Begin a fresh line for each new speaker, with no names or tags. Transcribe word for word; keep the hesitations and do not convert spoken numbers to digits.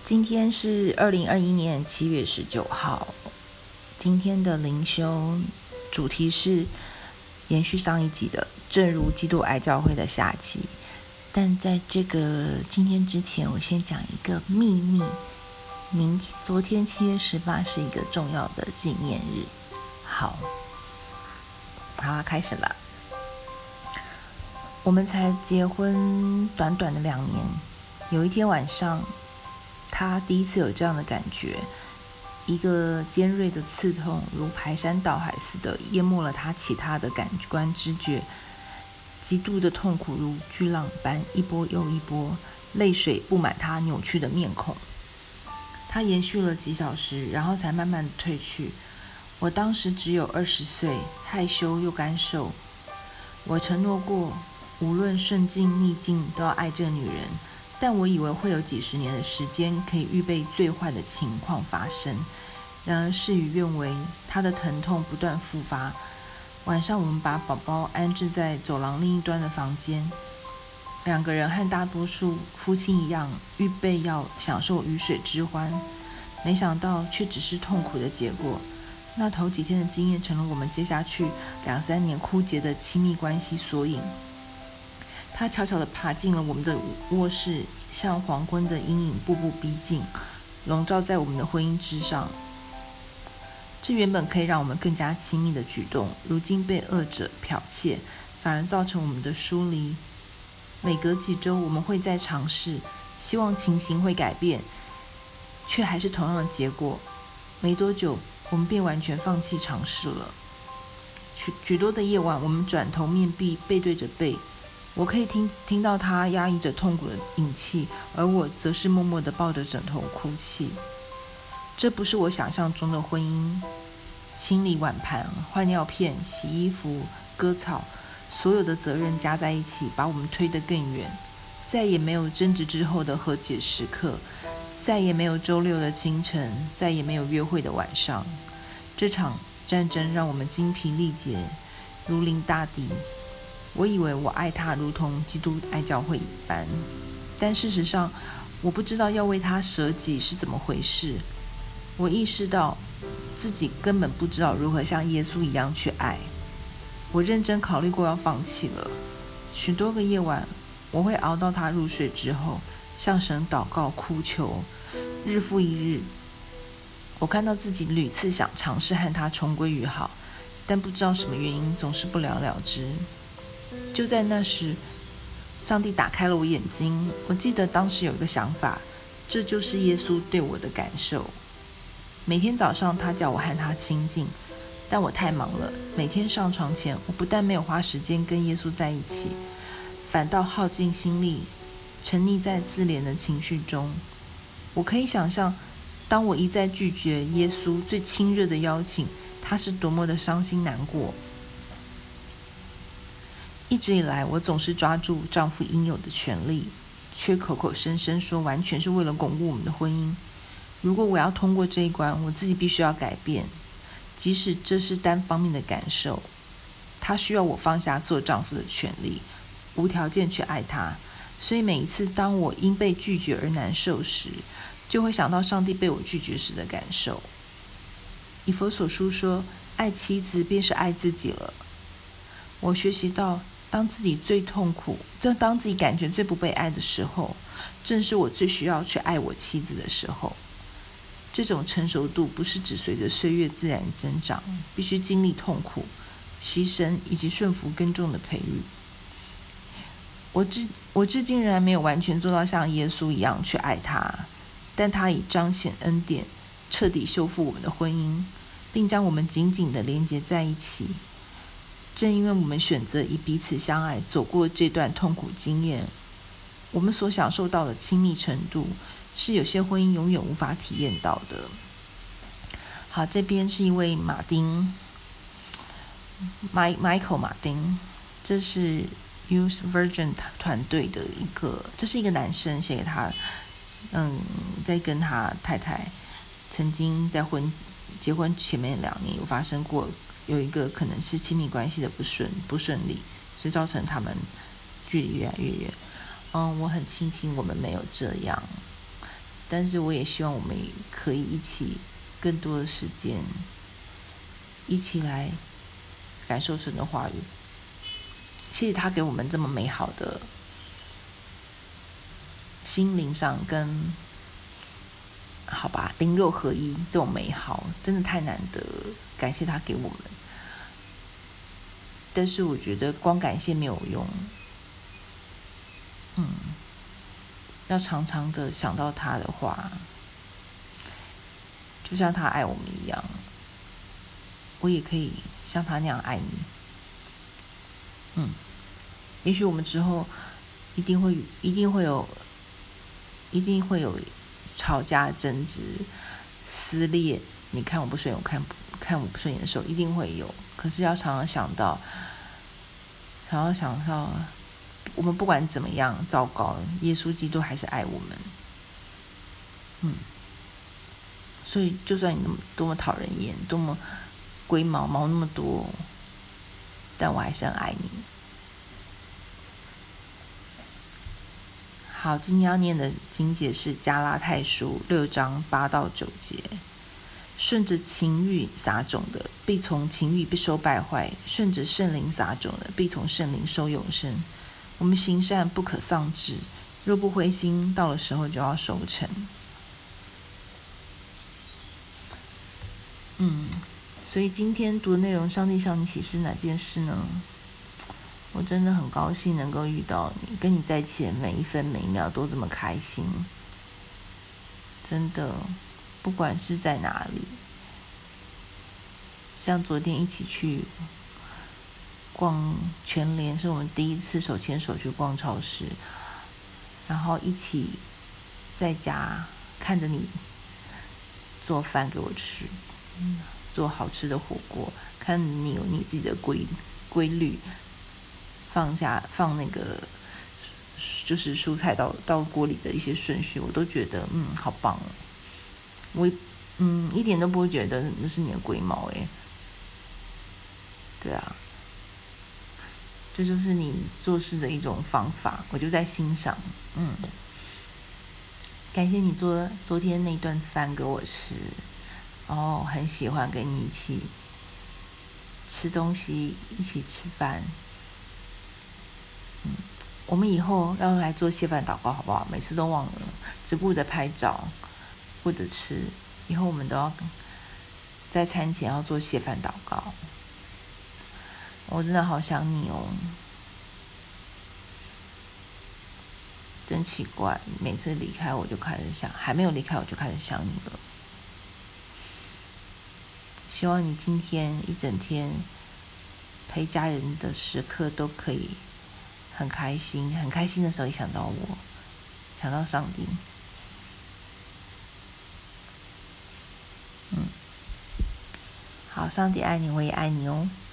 今天是二零二一年七月十九号，今天的灵修主题是延续上一集的正如基督爱教会的下集。但在这个今天之前，我先讲一个秘密。明昨天七月十八是一个重要的纪念日。好，好啊，开始了。我们才结婚短短的两年，有一天晚上，他第一次有这样的感觉，一个尖锐的刺痛如排山倒海似的淹没了他其他的感官知觉，极度的痛苦如巨浪般一波又一波，泪水布满他扭曲的面孔。他延续了几小时，然后才慢慢的退去。我当时只有二十岁，害羞又干瘦。我承诺过，无论顺境逆境都要爱这个女人，但我以为会有几十年的时间可以预备最坏的情况发生。然而事与愿违，她的疼痛不断复发。晚上我们把宝宝安置在走廊另一端的房间，两个人和大多数夫妻一样，预备要享受鱼水之欢，没想到却只是痛苦的结果。那头几天的经验成了我们接下去两三年枯竭的亲密关系缩影。他悄悄地爬进了我们的卧室，像黄昏的阴影步步逼近，笼罩在我们的婚姻之上。这原本可以让我们更加亲密的举动，如今被恶者剽窃，反而造成我们的疏离。每隔几周我们会再尝试，希望情形会改变，却还是同样的结果。没多久我们便完全放弃尝试了。许许多的夜晚，我们转头面壁，背对着背，我可以听听到他压抑着痛苦的饮气，而我则是默默地抱着枕头哭泣。这不是我想象中的婚姻。清理碗盘、换尿片、洗衣服、割草，所有的责任加在一起，把我们推得更远。再也没有争执之后的和解时刻，再也没有周六的清晨，再也没有约会的晚上。这场战争让我们精疲力竭，如临大敌。我以为我爱他如同基督爱教会一般，但事实上我不知道要为他舍己是怎么回事。我意识到自己根本不知道如何像耶稣一样去爱。我认真考虑过要放弃了。许多个夜晚，我会熬到他入睡之后，向神祷告哭求。日复一日，我看到自己屡次想尝试和他重归于好，但不知道什么原因总是不了了之。就在那时，上帝打开了我眼睛。我记得当时有一个想法，这就是耶稣对我的感受。每天早上他叫我和他亲近，但我太忙了。每天上床前，我不但没有花时间跟耶稣在一起，反倒耗尽心力，沉溺在自怜的情绪中。我可以想象，当我一再拒绝耶稣最亲热的邀请，他是多么的伤心难过。一直以来，我总是抓住丈夫应有的权利，却口口声声说完全是为了巩固我们的婚姻。如果我要通过这一关，我自己必须要改变，即使这是单方面的感受。他需要我放下做丈夫的权利，无条件去爱他。所以每一次当我因被拒绝而难受时，就会想到上帝被我拒绝时的感受。以弗所书说，爱妻子便是爱自己了。我学习到，当自己最痛苦，当自己感觉最不被爱的时候，正是我最需要去爱我妻子的时候。这种成熟度不是只随着岁月自然增长，必须经历痛苦、牺牲以及顺服耕种的培育。我至我至今仍然没有完全做到像耶稣一样去爱他，但他已彰显恩典，彻底修复我们的婚姻，并将我们紧紧地连结在一起。正因为我们选择以彼此相爱走过这段痛苦经验，我们所享受到的亲密程度，是有些婚姻永远无法体验到的。好，这边是一位马丁 Michael 马丁，这是 Youth Virgin 团队的一个，这是一个男生写给他，嗯，在跟他太太曾经在婚结婚前面两年有发生过有一个可能是亲密关系的不顺不顺利，所以造成他们距离越来越远。嗯，我很庆幸我们没有这样。 但是我也希望我们可以一起更多的时间，一起来感受神的话语。其实他给我们这么美好的心灵上跟好吧灵肉合一这种美好，真的太难得了，感谢他给我们。但是我觉得光感谢没有用，嗯，要常常的想到他的话，就像他爱我们一样，我也可以像他那样爱你。嗯，也许我们之后一定会一定会有一定会有吵架、争执、撕裂。你看我不顺眼，我看看我不顺眼的时候，一定会有。可是要常常想到，常常想到，我们不管怎么样糟糕，耶稣基督还是爱我们。嗯，所以就算你那么多么讨人厌，多么龟毛毛那么多，但我还是很爱你。好，今天要念的经节是加拉太书六章八到九节。顺着情欲撒种的，必从情欲必收败坏；顺着圣灵撒种的，必从圣灵收永生。我们行善不可丧志，若不灰心，到了时候就要收成。嗯，所以今天读的内容，上帝向你启示哪件事呢？我真的很高兴能够遇到你，跟你在一起的每一分每一秒都这么开心。真的，不管是在哪里，像昨天一起去逛全联，是我们第一次手牵手去逛超市，然后一起在家看着你做饭给我吃，做好吃的火锅，看你有你自己的规规律，放下放那个就是蔬菜到到锅里的一些顺序，我都觉得嗯好棒哦。我嗯一点都不会觉得那是你的龟毛诶。对啊，这就是你做事的一种方法，我就在欣赏。嗯，感谢你做昨天那顿饭给我吃，哦，很喜欢跟你一起吃东西，一起吃饭。嗯，我们以后要来做谢饭祷告好不好？每次都忘了，只顾着拍照或者吃，以后我们都要在餐前要做谢饭祷告。我真的好想你哦，真奇怪，每次离开我就开始想，还没有离开我就开始想你了。希望你今天一整天陪家人的时刻都可以很开心，很开心的时候也想到我，想到上帝。嗯，好，上帝爱你，我也爱你哦。